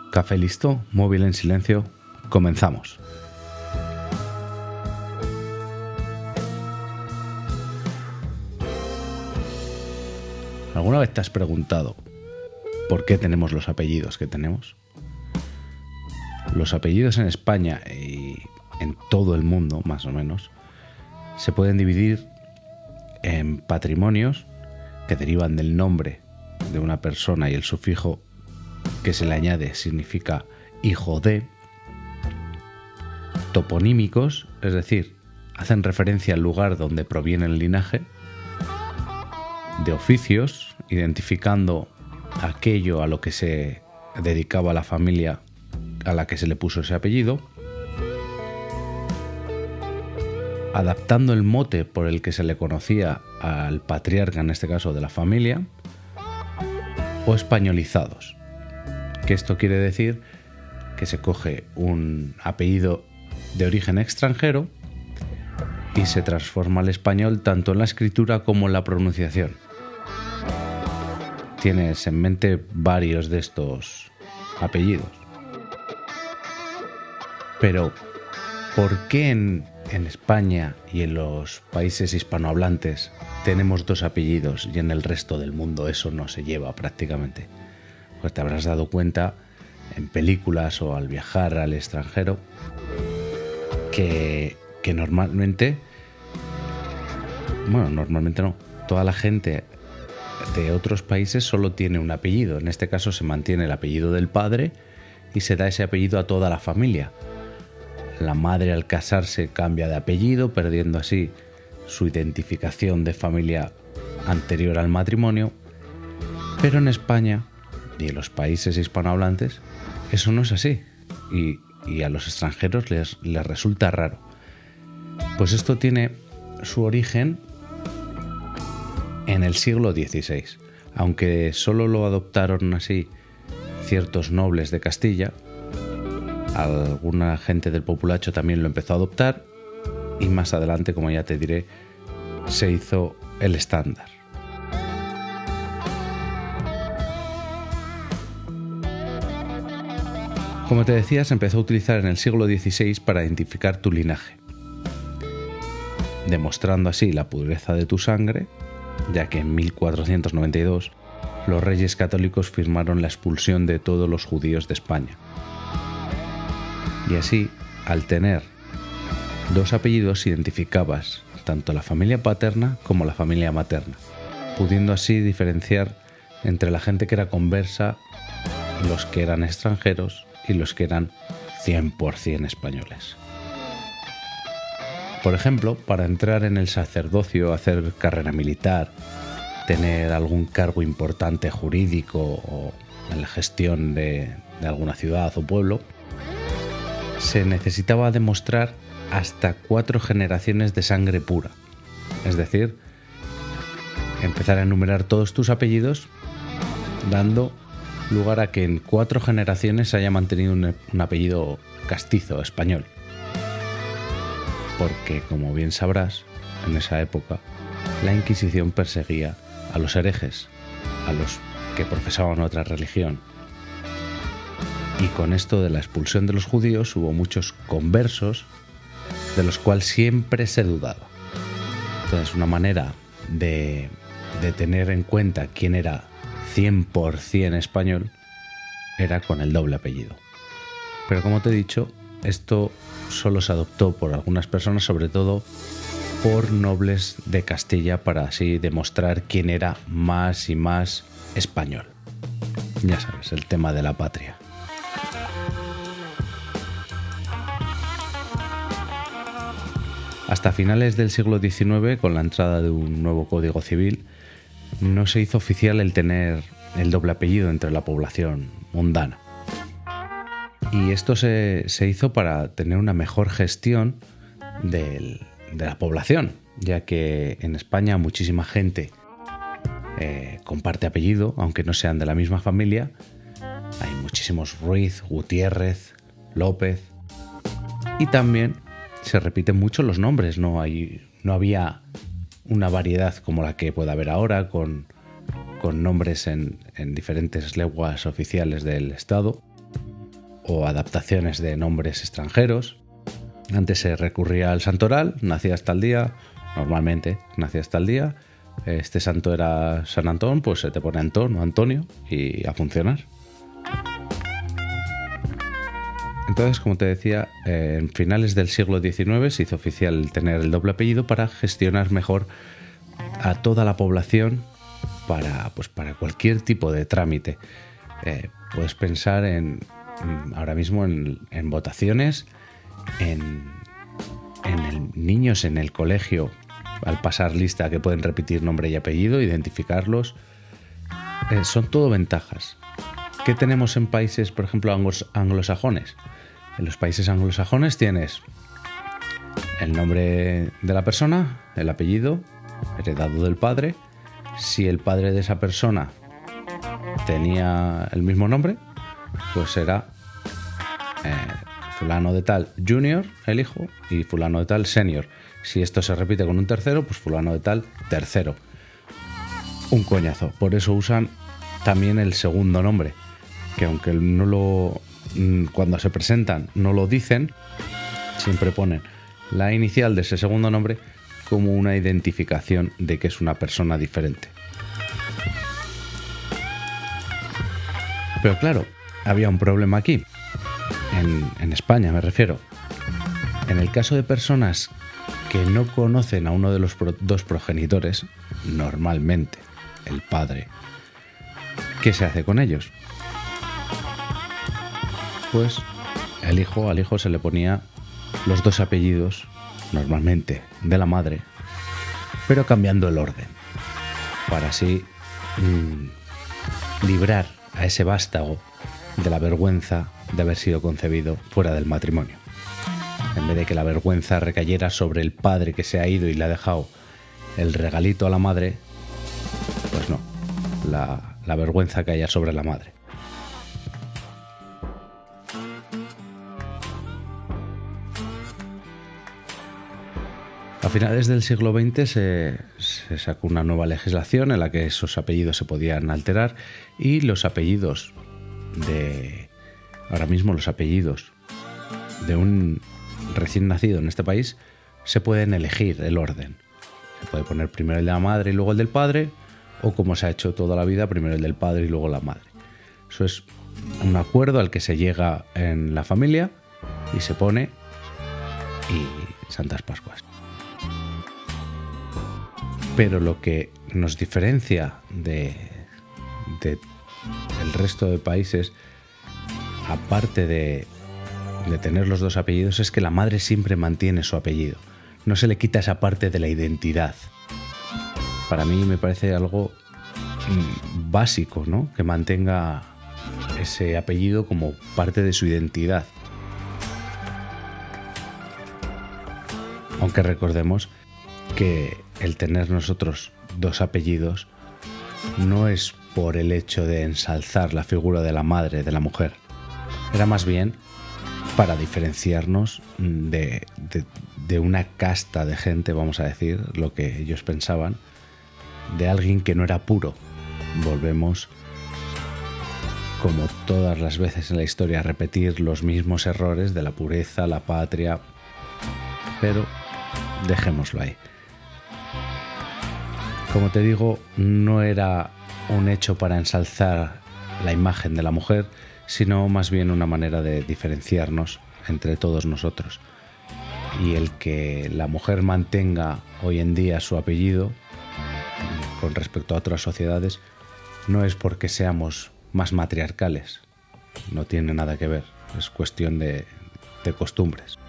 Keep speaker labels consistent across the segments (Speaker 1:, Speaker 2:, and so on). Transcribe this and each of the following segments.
Speaker 1: Café listo, móvil en silencio, comenzamos. ¿Alguna vez te has preguntado por qué tenemos los apellidos que tenemos? Los apellidos en España y en todo el mundo, más o menos, se pueden dividir en patrimonios que derivan del nombre de una persona y el sufijo que se le añade significa hijo de, toponímicos, es decir, hacen referencia al lugar donde proviene el linaje, de oficios, identificando aquello a lo que se dedicaba la familia a la que se le puso ese apellido, adaptando el mote por el que se le conocía al patriarca, en este caso de la familia, o españolizados, que esto quiere decir que se coge un apellido de origen extranjero y se transforma al español tanto en la escritura como en la pronunciación. Tienes en mente varios de estos apellidos. Pero, ¿por qué en España y en los países hispanohablantes tenemos dos apellidos y en el resto del mundo eso no se lleva prácticamente? Pues te habrás dado cuenta en películas o al viajar al extranjero que normalmente no, toda la gente de otros países solo tiene un apellido. En este caso se mantiene el apellido del padre y se da ese apellido a toda la familia. La madre al casarse cambia de apellido, perdiendo así su identificación de familia anterior al matrimonio. Pero en España y en los países hispanohablantes eso no es así y a los extranjeros les resulta raro. Pues esto tiene su origen en el siglo XVI, aunque solo lo adoptaron así ciertos nobles de Castilla. Alguna gente del populacho también lo empezó a adoptar y más adelante, como ya te diré, se hizo el estándar. Como te decía, se empezó a utilizar en el siglo XVI para identificar tu linaje, demostrando así la pureza de tu sangre, ya que en 1492 los reyes católicos firmaron la expulsión de todos los judíos de España. Y así, al tener dos apellidos, identificabas tanto la familia paterna como la familia materna, pudiendo así diferenciar entre la gente que era conversa, los que eran extranjeros y los que eran 100% españoles. Por ejemplo, para entrar en el sacerdocio, hacer carrera militar, tener algún cargo importante jurídico o en la gestión de alguna ciudad o pueblo, se necesitaba demostrar hasta 4 generaciones de sangre pura. Es decir, empezar a enumerar todos tus apellidos, dando lugar a que en 4 generaciones se haya mantenido un apellido castizo, español. Porque, como bien sabrás, en esa época, la Inquisición perseguía a los herejes, a los que profesaban otra religión. Y con esto de la expulsión de los judíos hubo muchos conversos de los cuales siempre se dudaba. Entonces, una manera de tener en cuenta quién era 100% español era con el doble apellido. Pero como te he dicho, esto solo se adoptó por algunas personas, sobre todo por nobles de Castilla, para así demostrar quién era más y más español. Ya sabes, el tema de la patria. Hasta finales del siglo XIX, con la entrada de un nuevo Código Civil, no se hizo oficial el tener el doble apellido entre la población mundana. Y esto se hizo para tener una mejor gestión de la población, ya que en España muchísima gente comparte apellido, aunque no sean de la misma familia. Hay muchísimos Ruiz, Gutiérrez, López, y también se repiten mucho los nombres. No había una variedad como la que puede haber ahora, con nombres en diferentes lenguas oficiales del Estado. o adaptaciones de nombres extranjeros. Antes se recurría al santoral, nacía hasta el día, normalmente nacía hasta el día. Este santo era San Antón, pues se te pone Antón o Antonio y a funcionar. Entonces, como te decía, en finales del siglo XIX se hizo oficial tener el doble apellido para gestionar mejor a toda la población para cualquier tipo de trámite. Puedes pensar ahora mismo en votaciones, en niños en el colegio, al pasar lista, que pueden repetir nombre y apellido, identificarlos. Son todo ventajas. ¿Qué tenemos en países, por ejemplo, anglosajones? En los países anglosajones tienes el nombre de la persona, el apellido, heredado del padre. Si el padre de esa persona tenía el mismo nombre, pues será fulano de tal junior, el hijo, y fulano de tal senior. Si esto se repite con un tercero, pues fulano de tal tercero. Un coñazo. Por eso usan también el segundo nombre, que aunque cuando se presentan no lo dicen, siempre ponen la inicial de ese segundo nombre como una identificación de que es una persona diferente. Pero claro, había un problema aquí, en España me refiero. En el caso de personas que no conocen a uno de los dos progenitores, normalmente el padre, ¿qué se hace con ellos? Pues al hijo se le ponía los dos apellidos, normalmente de la madre, pero cambiando el orden, para así librar a ese vástago de la vergüenza de haber sido concebido fuera del matrimonio. En vez de que la vergüenza recayera sobre el padre que se ha ido y le ha dejado el regalito a la madre, pues no, la vergüenza caía sobre la madre. A finales del siglo XX se sacó una nueva legislación en la que esos apellidos se podían alterar y los apellidos ahora mismo los apellidos de un recién nacido en este país se pueden elegir el orden. Se puede poner primero el de la madre y luego el del padre, o como se ha hecho toda la vida, primero el del padre y luego la madre. Eso es un acuerdo al que se llega en la familia y se pone, y Santas Pascuas. Pero lo que nos diferencia del resto de países, aparte de tener los dos apellidos, es que la madre siempre mantiene su apellido. No se le quita esa parte de la identidad. Para mí me parece algo básico, ¿no? Que mantenga ese apellido como parte de su identidad. Aunque recordemos que el tener nosotros dos apellidos no es por el hecho de ensalzar la figura de la madre, de la mujer. Era más bien para diferenciarnos de una casta de gente, vamos a decir, lo que ellos pensaban, de alguien que no era puro. Volvemos, como todas las veces en la historia, a repetir los mismos errores de la pureza, la patria, pero dejémoslo ahí. Como te digo, no era un hecho para ensalzar la imagen de la mujer, sino más bien una manera de diferenciarnos entre todos nosotros. Y el que la mujer mantenga hoy en día su apellido con respecto a otras sociedades no es porque seamos más matriarcales, no tiene nada que ver, es cuestión de costumbres.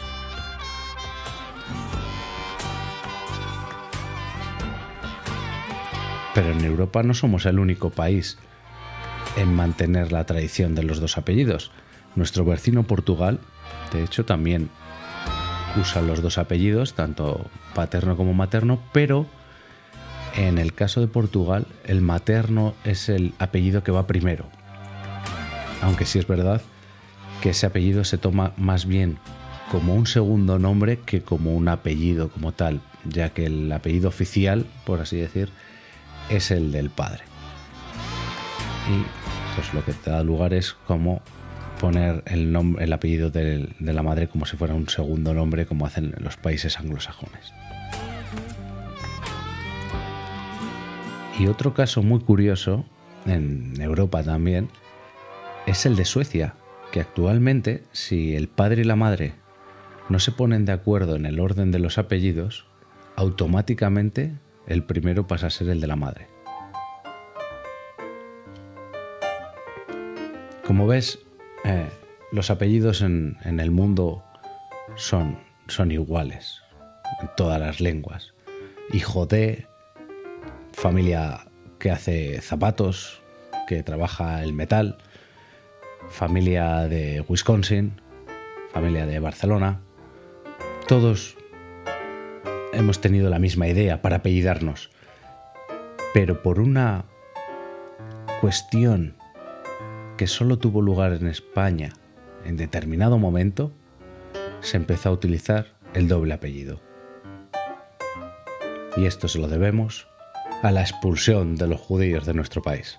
Speaker 1: Pero en Europa no somos el único país en mantener la tradición de los dos apellidos. Nuestro vecino Portugal, de hecho, también usa los dos apellidos, tanto paterno como materno, pero en el caso de Portugal, el materno es el apellido que va primero. Aunque sí es verdad que ese apellido se toma más bien como un segundo nombre que como un apellido como tal, ya que el apellido oficial, por así decir, es el del padre. Y pues lo que te da lugar es como poner el apellido de la madre como si fuera un segundo nombre, como hacen en los países anglosajones. Y otro caso muy curioso, en Europa también, es el de Suecia, que actualmente, si el padre y la madre no se ponen de acuerdo en el orden de los apellidos, automáticamente el primero pasa a ser el de la madre. Como ves, los apellidos en el mundo son iguales en todas las lenguas. Hijo de, familia que hace zapatos, que trabaja el metal, familia de Wisconsin, familia de Barcelona. Todos hemos tenido la misma idea para apellidarnos, pero por una cuestión que solo tuvo lugar en España en determinado momento, se empezó a utilizar el doble apellido. Y esto se lo debemos a la expulsión de los judíos de nuestro país.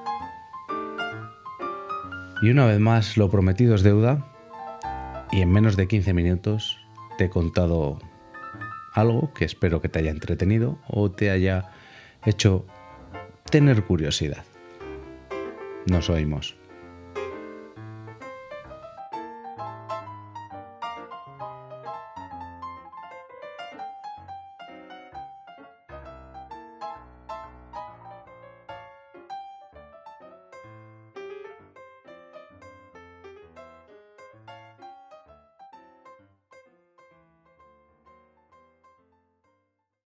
Speaker 1: Y una vez más, lo prometido es deuda, y en menos de 15 minutos te he contado algo que espero que te haya entretenido o te haya hecho tener curiosidad. Nos oímos.